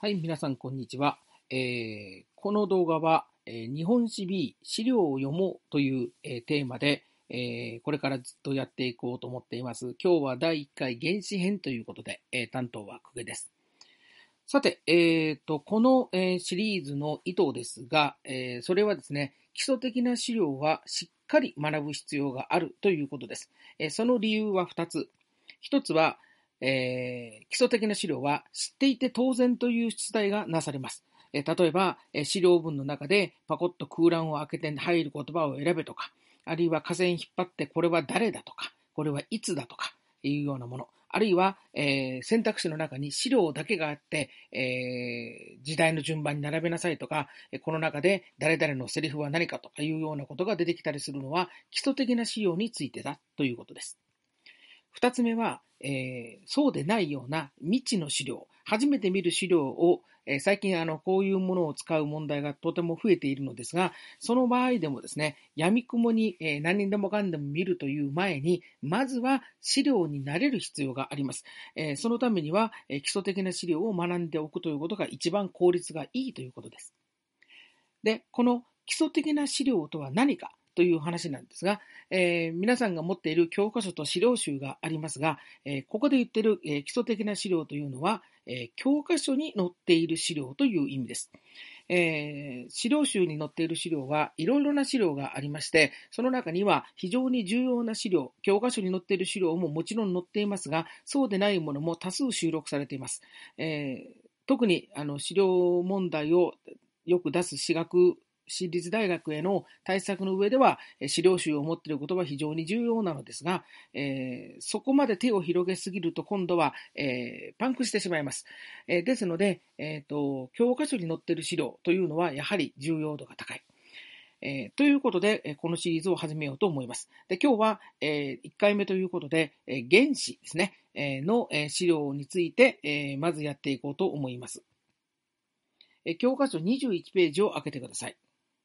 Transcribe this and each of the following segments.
はい、皆さん、こんにちは。この動画は、日本史 B 資料を読もうという、テーマで、これからずっとやっていこうと思っています。今日は第1回原始編ということで、担当は公家です。さて、この、シリーズの意図ですが、それはですね、基礎的な資料はしっかり学ぶ必要があるということです。その理由は2つ。1つは、基礎的な資料は知っていて当然という出題がなされます。例えば、資料文の中でパコッと空欄を開けて入る言葉を選べとか、あるいは下線引っ張ってこれは誰だとか、これはいつだとかいうようなもの。あるいは、選択肢の中に資料だけがあって、時代の順番に並べなさいとか、この中で誰々のセリフは何かとかいうようなことが出てきたりするのは基礎的な資料についてだということです。二つ目は、そうでないような未知の資料、初めて見る資料を、最近こういうものを使う問題がとても増えているのですが、その場合でもですね、闇雲に、何でもかんでも見るという前に、まずは資料に慣れる必要があります。そのためには、基礎的な資料を学んでおくということが一番効率がいいということです。で、この基礎的な資料とは何かという話なんですが、皆さんが持っている教科書と資料集がありますが、ここで言っている、基礎的な資料というのは、教科書に載っている資料という意味です。資料集に載っている資料はいろいろな資料がありまして、その中には非常に重要な資料、教科書に載っている資料ももちろん載っていますが、そうでないものも多数収録されています。特に資料問題をよく出す私立大学への対策の上では、資料集を持っていることは非常に重要なのですが、そこまで手を広げすぎると今度は、パンクしてしまいます。ですので、教科書に載っている資料というのはやはり重要度が高い。ということで、このシリーズを始めようと思います。で、今日は、1回目ということで、原子ですね、の、資料について、まずやっていこうと思います。教科書21ページを開けてください。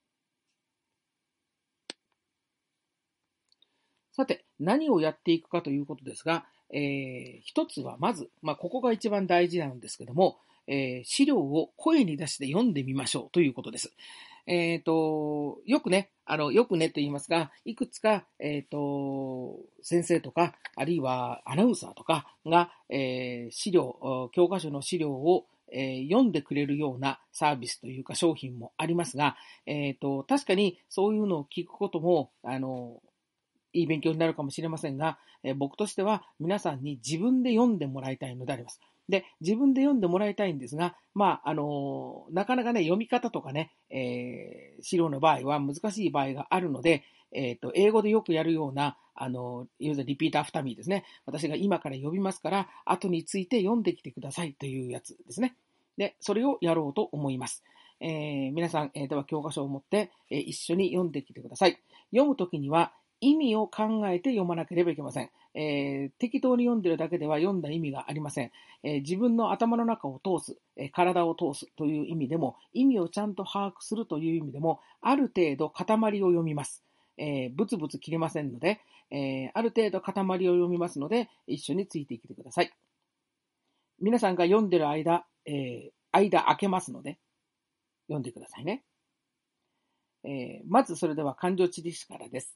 さて、何をやっていくかということですが、一つはまず、ここが一番大事なんですけども、資料を声に出して読んでみましょうということです。よくね、よくねと言いますが、いくつか、先生とか、あるいはアナウンサーとかが、教科書の資料を読んでくれるようなサービスというか商品もありますが、確かにそういうのを聞くことも、いい勉強になるかもしれませんが、僕としては皆さんに自分で読んでもらいたいのであります。で、自分で読んでもらいたいんですが、なかなかね、読み方とかね、資料の場合は難しい場合があるので、英語でよくやるような、いわゆるリピートアフターミーですね。私が今から呼びますから、後について読んできてくださいというやつですね。で、それをやろうと思います。皆さん、では教科書を持って、一緒に読んできてください。読むときには、意味を考えて読まなければいけません。適当に読んでるだけでは読んだ意味がありません。自分の頭の中を通す、体を通すという意味でも、意味をちゃんと把握するという意味でも、ある程度塊を読みます。ブツブツ切れませんので、ある程度塊を読みますので、一緒についてきてください。皆さんが読んでる間、間空けますので、読んでくださいね。まずそれでは勘定地理史からです。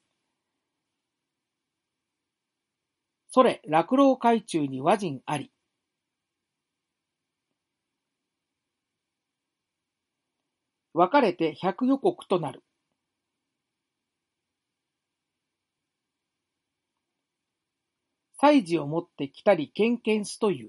それ、落老海中に和人あり。分かれて百余国となる。祭事をもって来たり献献すという。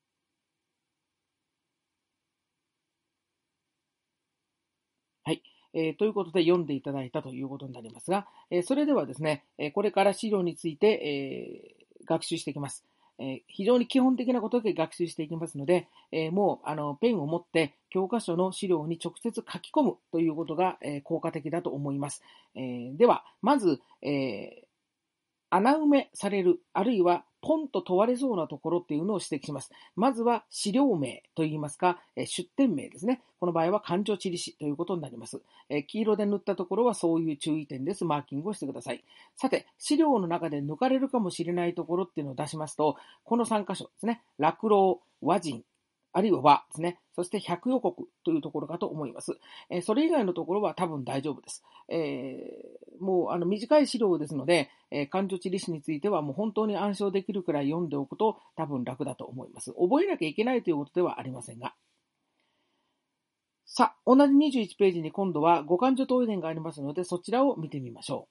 はい。ということで読んでいただいたということになりますが、それではですね、これから資料について、学習していきます。非常に基本的なことで学習していきますので、もうペンを持って教科書の資料に直接書き込むということが、効果的だと思います。では、まず、穴埋めされる、あるいはポンと問われそうなところっていうのを指摘します。まずは資料名といいますか、出典名ですね。この場合は勘定地理史ということになります。黄色で塗ったところはそういう注意点です。マーキングをしてください。さて、資料の中で抜かれるかもしれないところっていうのを出しますと、この3箇所ですね。落老、和人、 あるいは和ですね。そして百予告というところかと思います。それ以外のところは多分大丈夫です。もう短い資料ですので、感情地理史についてはもう本当に暗唱できるくらい読んでおくと多分楽だと思います。覚えなきゃいけないということではありませんが。さあ、同じ21ページに今度は五感情等遺伝がありますので、そちらを見てみましょ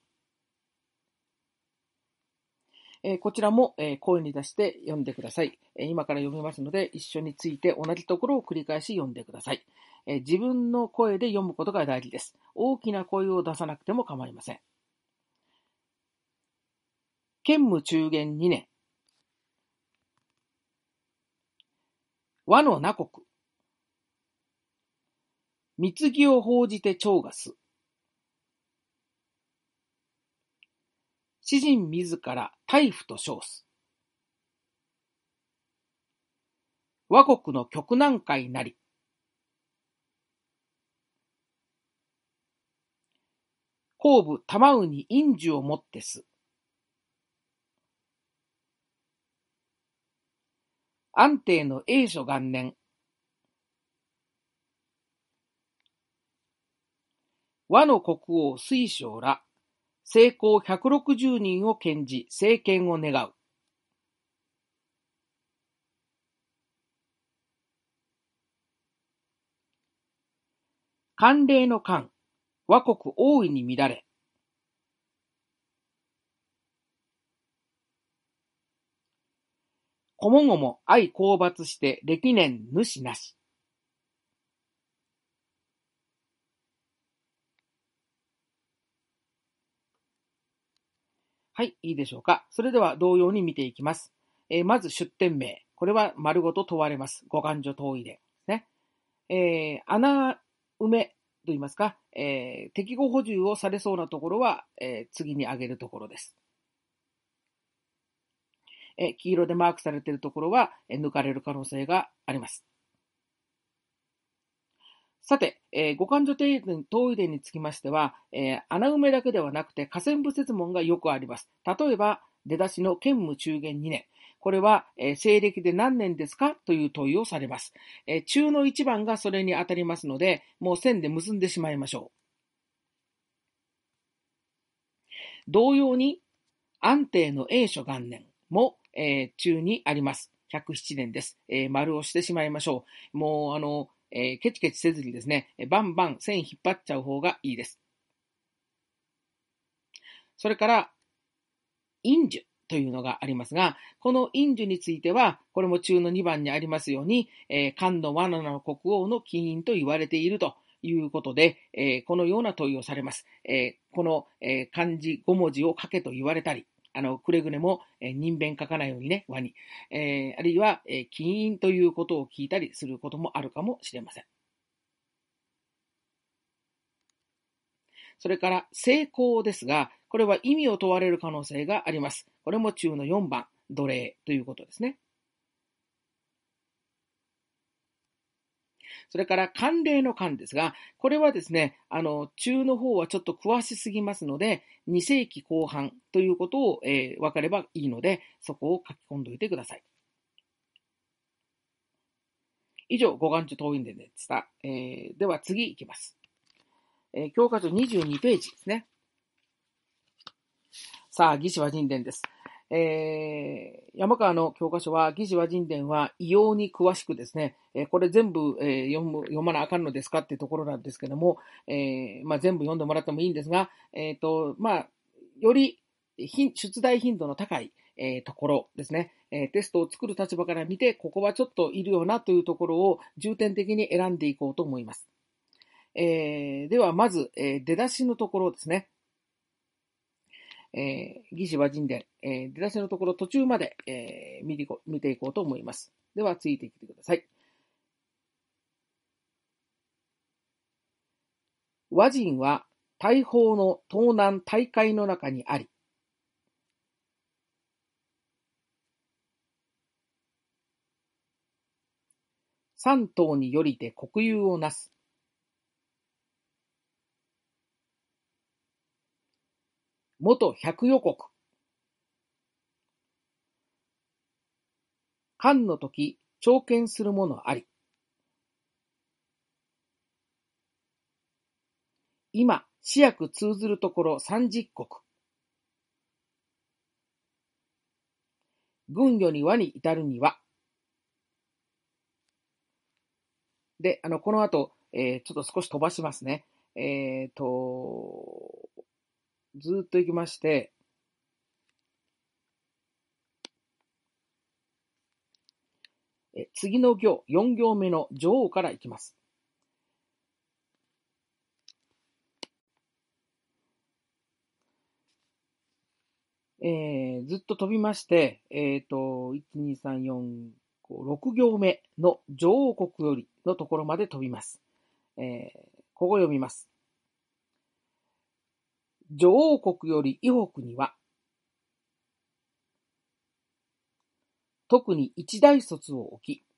う。こちらも、声に出して読んでください。今から読みますので、一緒について同じところを繰り返し読んでください。自分の声で読むことが大事です。大きな声を出さなくても構いません。建武中元2年。和の那国。貢ぎを報じて蝶が巣。詩人自ら大夫と称す。倭国の極難解なり。後部玉宇に陰樹をもってす。安定の永初元年。倭の国王水晶ら、成功160人を献じ、政権を願う。慣例の間、倭国大いに乱れ。こもごも相討伐して歴年主なし。はい、いいでしょうか。それでは同様に見ていきます。まず出典名。これは丸ごと問われます。五感情等遺伝ですね。穴埋めと言いますか、適合補充をされそうなところは、次に挙げるところです。黄色でマークされているところは、抜かれる可能性があります。さて、五感情等遺伝につきましては、穴埋めだけではなくて下線部設問がよくあります。例えば、出だしの建武中元2年。これは、西暦で何年ですかという問いをされます。中の1番がそれに当たりますので、もう線で結んでしまいましょう。同様に、安定の永初元年も、中にあります。107年です。丸をしてしまいましょう。もう、ケチケチせずにですね、バンバン線引っ張っちゃう方がいいです。それから、陰樹というのがありますが、この陰樹については、これも中の2番にありますように、漢の罠の国王の起因と言われているということで、このような問いをされます。この、漢字5文字を書けと言われたり、くれぐれも、人弁書かないようにね、和に。あるいは、起因ということを聞いたりすることもあるかもしれません。それから、成功ですが、これは意味を問われる可能性があります。これも中の4番、奴隷ということですね。それから、慣例の慣ですが、これはですね、中の方はちょっと詳しすぎますので、2世紀後半ということを、分かればいいので、そこを書き込んでおいてください。以上、五眼中等印伝でした。では次いきます。教科書22ページですね。さあ、義士和人伝です。山川の教科書は、義士和人伝は異様に詳しくですね、これ全部、読まなあかんのですかっていうところなんですけども、全部読んでもらってもいいんですが、より出題頻度の高い、ところですね、テストを作る立場から見て、ここはちょっといるよなというところを重点的に選んでいこうと思います。では、まず、出だしのところですね。義士和人伝、出だしのところ途中まで、見ていこうと思います。では、ついてきてください。和人は大砲の東南大海の中にあり、三島によりて国有をなす。元百余国。漢の時、朝見する者あり。 今、詩訳通ずるところ30国。軍よに和に至るには。で、この後、ちょっと少し飛ばしますね。ずっと行きまして、次の行、4行目の女王から行きます。ずっと飛びまして、1、2、3、4、5、6行目の女王国よりのところまで飛びます。ここ読みます。女王国より以北には、特に一大卒を置き、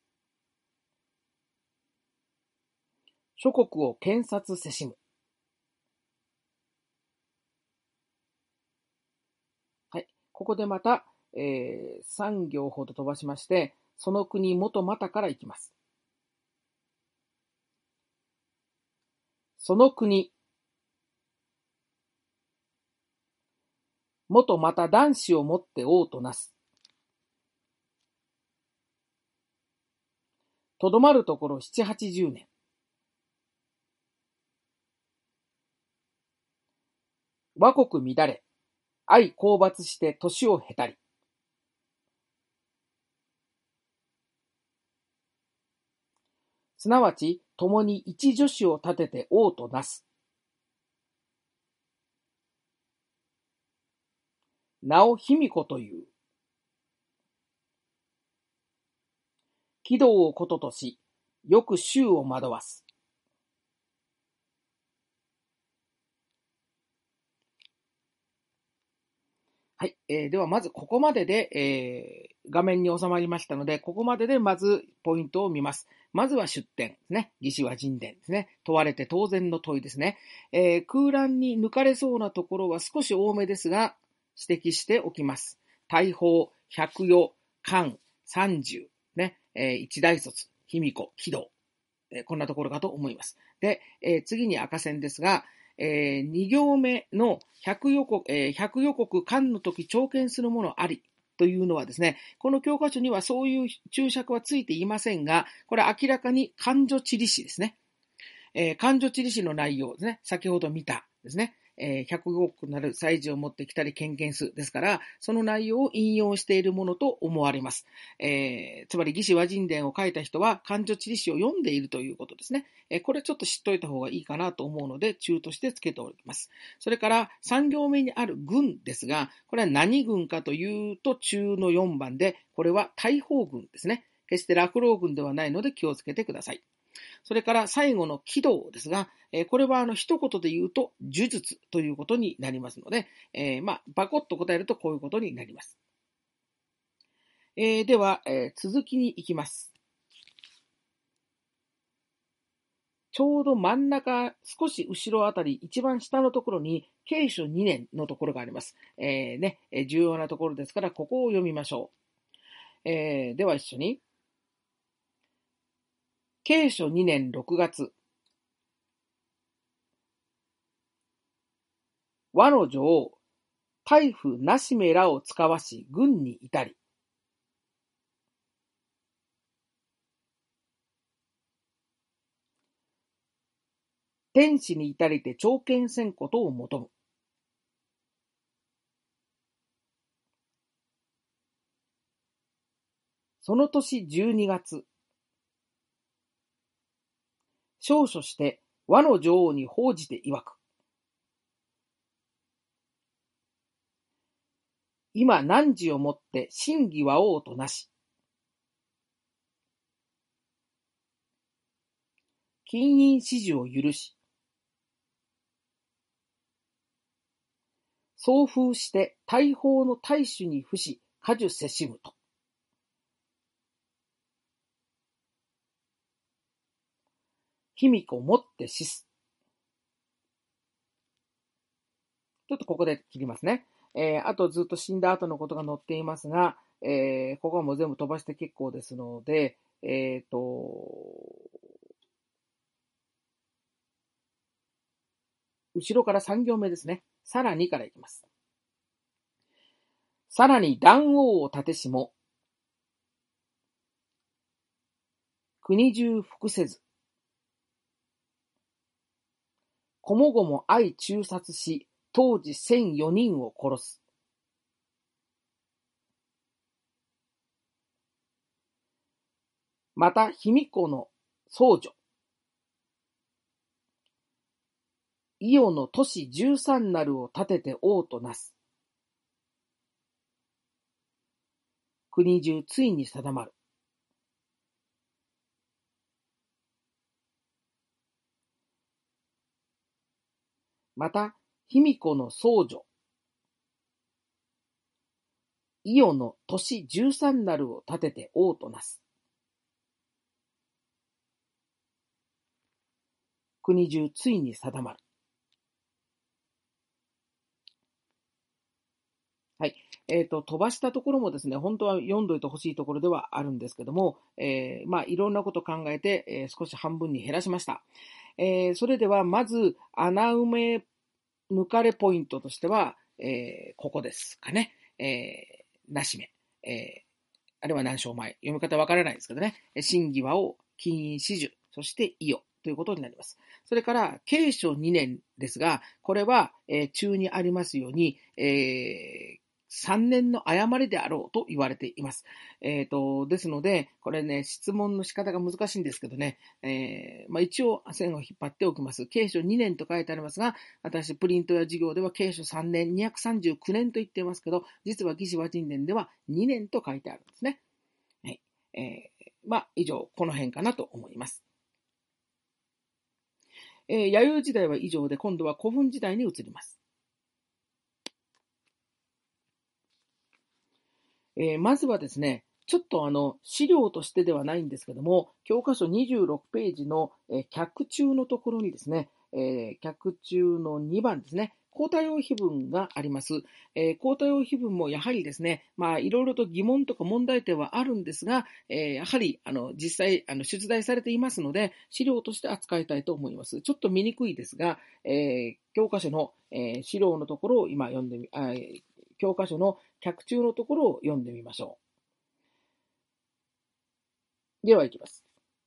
諸国を検察せしむ。はい。ここでまた、3行ほど飛ばしまして、その国元またからいきます。その国、元また男子をもって王となす。とどまるところ7、80年。倭国乱れ、相討伐して年を経たり。すなわち、共に一女子を立てて王となす。名を卑弥呼という。軌道をこととし、よく衆を惑わす。はい。では、まずここまでで、画面に収まりましたので、ここまででまずポイントを見ます。まずは出典ですね。魏志倭人伝ですね。問われて当然の問いですね。空欄に抜かれそうなところは少し多めですが、指摘しておきます。大砲、百余、漢、三十、ね、一大卒、卑弥呼、軌道、こんなところかと思います。で、次に赤線ですが、2行目の百余国間の時朝見するものありというのはですね、この教科書にはそういう注釈はついていませんが、これ明らかに漢序地理史ですね。漢序地理史の内容ですね。先ほど見たですね。100億なる祭事を持ってきたり権限数ですから、その内容を引用しているものと思われます。つまり、魏志倭人伝を書いた人は漢序地理史を読んでいるということですね。これちょっと知っといた方がいいかなと思うので、中として付けておきます。それから、3行目にある軍ですが、これは何軍かというと、中の4番で、これは大砲軍ですね。決して落狼軍ではないので気をつけてください。それから最後の軌道ですが、これは一言で言うと呪術ということになりますので、バコッと答えるとこういうことになります。では、続きに行きます。ちょうど真ん中、少し後ろあたり、一番下のところに、慶書2年のところがあります。重要なところですから、ここを読みましょう。では一緒に。慶書2年6月。倭の女王、大夫なしめらを使わし軍に至り。天子に至りて朝見せんことを求む。その年12月、詔書して倭の女王に報じて曰く。今汝をもって真偽倭王となし。金印指示を許し。送封して大砲の大主に付し、果樹せしむと。卑弥呼もって死す。ちょっとここで切りますね。あとずっと死んだ後のことが載っていますが、ここはもう全部飛ばして結構ですので、 後ろから3行目ですね。さらにからいきます。さらに断王を立てしも、国中服せず、こもごも相中殺し、当時1004人を殺す。また、卑弥呼の僧女、伊予の都市13なるを立てて王となす。国中ついに定まる。また、卑弥呼の僧女、伊予の都市13なるを立てて王となす。国中ついに定まる。はい。飛ばしたところもですね、本当は読んどいてほしいところではあるんですけども、いろんなこと考えて、少し半分に減らしました。それでは、まず、穴埋め抜かれポイントとしては、ここですかね。なしめ。あるいは南昌前。読み方わからないですけどね。真偽和を金始樹、そして伊予ということになります。それから、慶書2年ですが、これは、中にありますように、3年の誤りであろうと言われています。ですので、これね、質問の仕方が難しいんですけどね、一応線を引っ張っておきます。慶書2年と書いてありますが、私、プリントや授業では慶書3年、239年と言っていますけど、実は魏志倭人伝では2年と書いてあるんですね。はい。以上、この辺かなと思います。弥生時代は以上で、今度は古墳時代に移ります。まずはですね、ちょっと資料としてではないんですけども、教科書26ページの、脚注のところにですね、脚注の2番ですね、交代用碑文があります。交代用碑文もやはりですね、いろいろと疑問とか問題点はあるんですが、やはり実際出題されていますので、資料として扱いたいと思います。ちょっと見にくいですが、教科書の、資料のところを今読んでみ、教科書の脚注のところを読んでみましょう。では、いきます。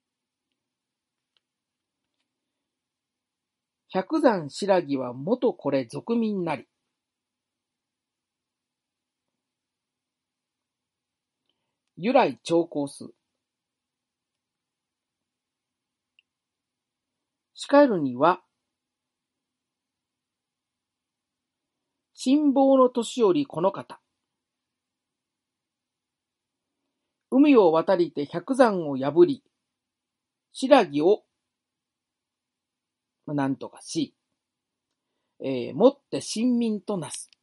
百山白木は元これ俗民なり。由来長考数。しかるには、辛抱の年寄りこの方。海を渡りて百山を破り、白木をなんとかし、もって親民となす。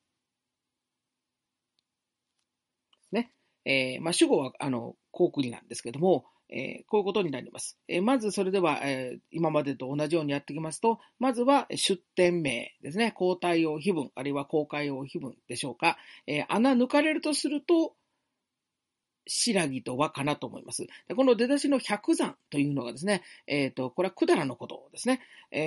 ね。主語は、高句麗なんですけども、こういうことになります。まずそれでは、今までと同じようにやっていきますと、まずは出典名ですね。交代用碑文、あるいは公開用碑文でしょうか。穴抜かれるとすると、白木と和かなと思います。でこの出だしの百山というのがですね、これは百済のことですね。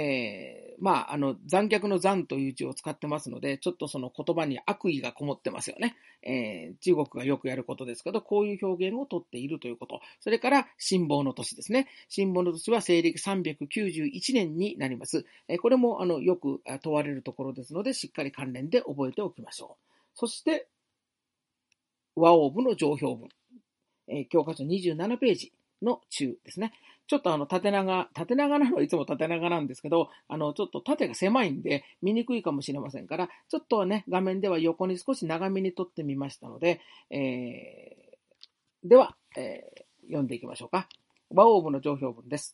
残虐の残という字を使ってますので、ちょっとその言葉に悪意がこもってますよね。中国がよくやることですけど、こういう表現をとっているということ。それから、辛抱の年ですね。辛抱の年は西暦391年になります。これもよく問われるところですので、しっかり関連で覚えておきましょう。そして、和王部の上表文。教科書27ページの中ですね。ちょっと縦長なのはいつも縦長なんですけど、ちょっと縦が狭いんで見にくいかもしれませんから、ちょっとね、画面では横に少し長めに撮ってみましたので、では、読んでいきましょうか。和王部の上表文です。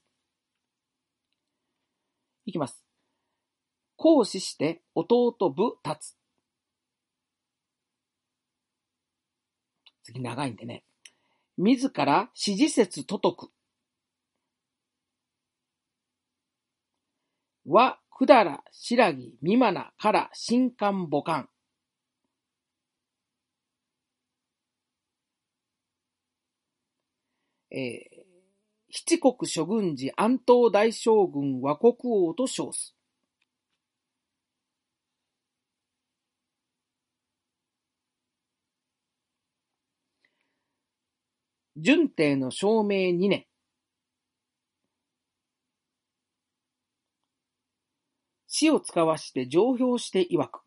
いきます。行使して弟部立つ。次長いんでね。自ら指示説と解く。は、くだら、白木、みまな、から、新刊、母刊。七国諸軍時安東大将軍和国王と称す。 順帝の正明2年、死を使わして上表して曰く。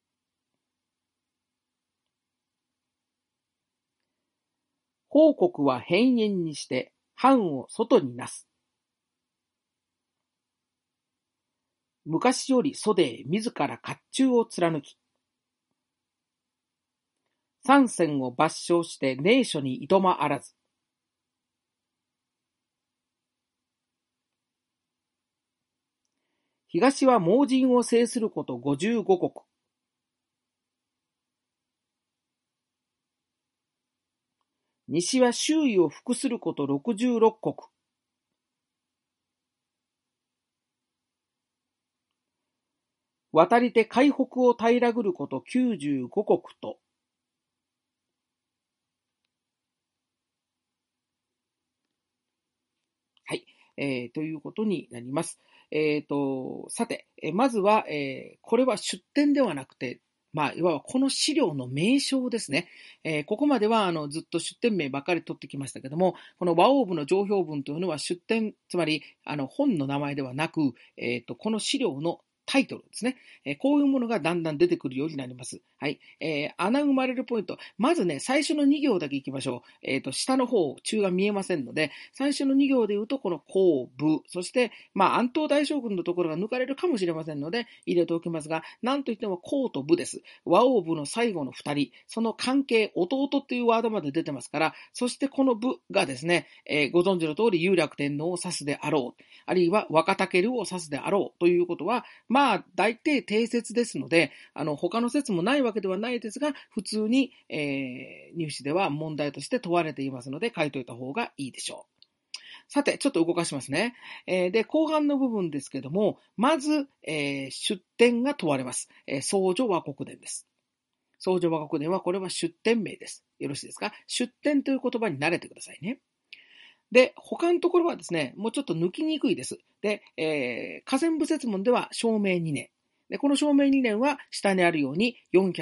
報国は変縁にして藩を外になす。昔より袖へ自ら甲冑を貫き、三千を抜傷して寧所にいとまあらず。東は盲人を制すること55国。西は周囲を服すること66国。渡りて海北を平らぐること95国と。はい。ということになります。さて、まずは、これは出典ではなくて、いわばこの資料の名称ですね。ここまではずっと出典名ばかり取ってきましたけども、この和王部の上表文というのは出典、つまり本の名前ではなく、この資料のタイトルですね。こういうものがだんだん出てくるようになります。はい。穴生まれるポイント。まずね、最初の2行だけいきましょう。下の方、中が見えませんので、最初の2行で言うと、この後部、そして、安東大将軍のところが抜かれるかもしれませんので、入れておきますが、なんといっても後と部です。和王部の最後の2人、その関係、弟っていうワードまで出てますから、そしてこの部がですね、ご存知の通り、有楽天皇を指すであろう。あるいは若武を指すであろうということは、大抵定説ですので、他の説もないわけではないですが、普通に、入試では問題として問われていますので、書いといた方がいいでしょう。さて、ちょっと動かしますね。で、後半の部分ですけども、まず、出典が問われます。宗助和国伝です。宗助和国伝は、これは出典名です。よろしいですか？出典という言葉に慣れてくださいね。で、他のところはですね、もうちょっと抜きにくいです。で、河川部説問では証明2年。で、この証明2年は下にあるように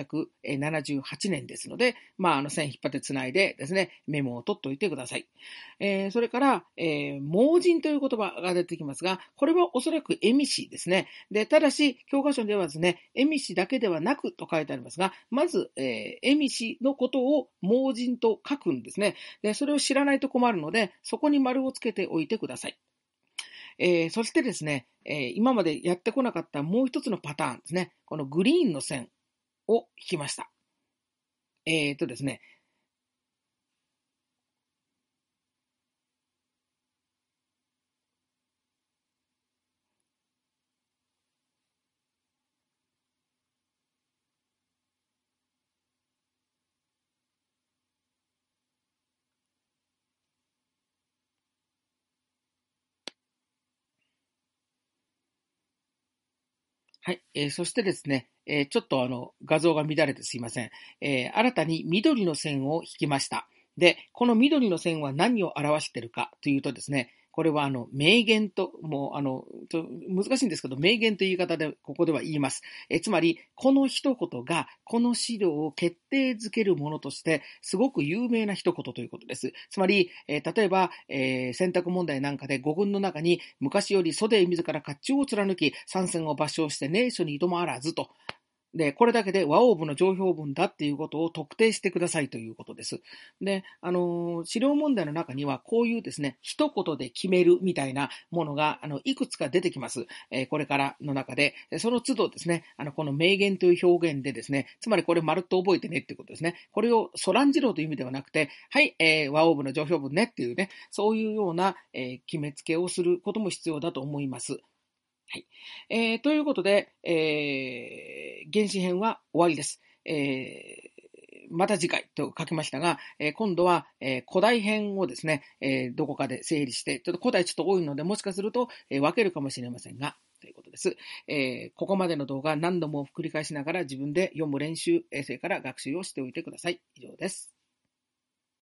478年ですので、線引っ張ってつないでですね、メモを取っておいてください。それから、盲人という言葉が出てきますが、これはおそらく恵美氏ですね。で、ただし、教科書ではですね、恵美氏だけではなくと書いてありますが、まず、恵美氏のことを盲人と書くんですね。で、それを知らないと困るので、そこに丸をつけておいてください。そしてですね、今までやってこなかったもう一つのパターンですね。このグリーンの線を引きました。ですね、はい。そしてですね、ちょっと画像が乱れてすいません。新たに緑の線を引きました。で、この緑の線は何を表しているかというとですね、これは名言と、もう難しいんですけど、名言という言い方で、ここでは言います。つまり、この一言が、この資料を決定づけるものとして、すごく有名な一言ということです。つまり、例えば、選択問題なんかで語群の中に、昔より袖へ自ら甲冑を貫き、三千を抜傷して寧所にいとまあらずと、で、これだけで和王部の上表文だっていうことを特定してくださいということです。で、資料問題の中にはこういうですね、一言で決めるみたいなものが、いくつか出てきます。これからの中で、その都度ですね、この名言という表現でですね、つまりこれまるっと覚えてねっていうことですね。これをそらんじろうという意味ではなくて、はい、和王部の上表文ねっていうね、そういうような、決めつけをすることも必要だと思います。はい。ということで、原始編は終わりです。また次回と書きましたが、今度は、古代編をですね、どこかで整理して、ちょっと古代ちょっと多いので、もしかすると、分けるかもしれませんが、ということです。ここまでの動画何度も繰り返しながら自分で読む練習、それから学習をしておいてください。以上です。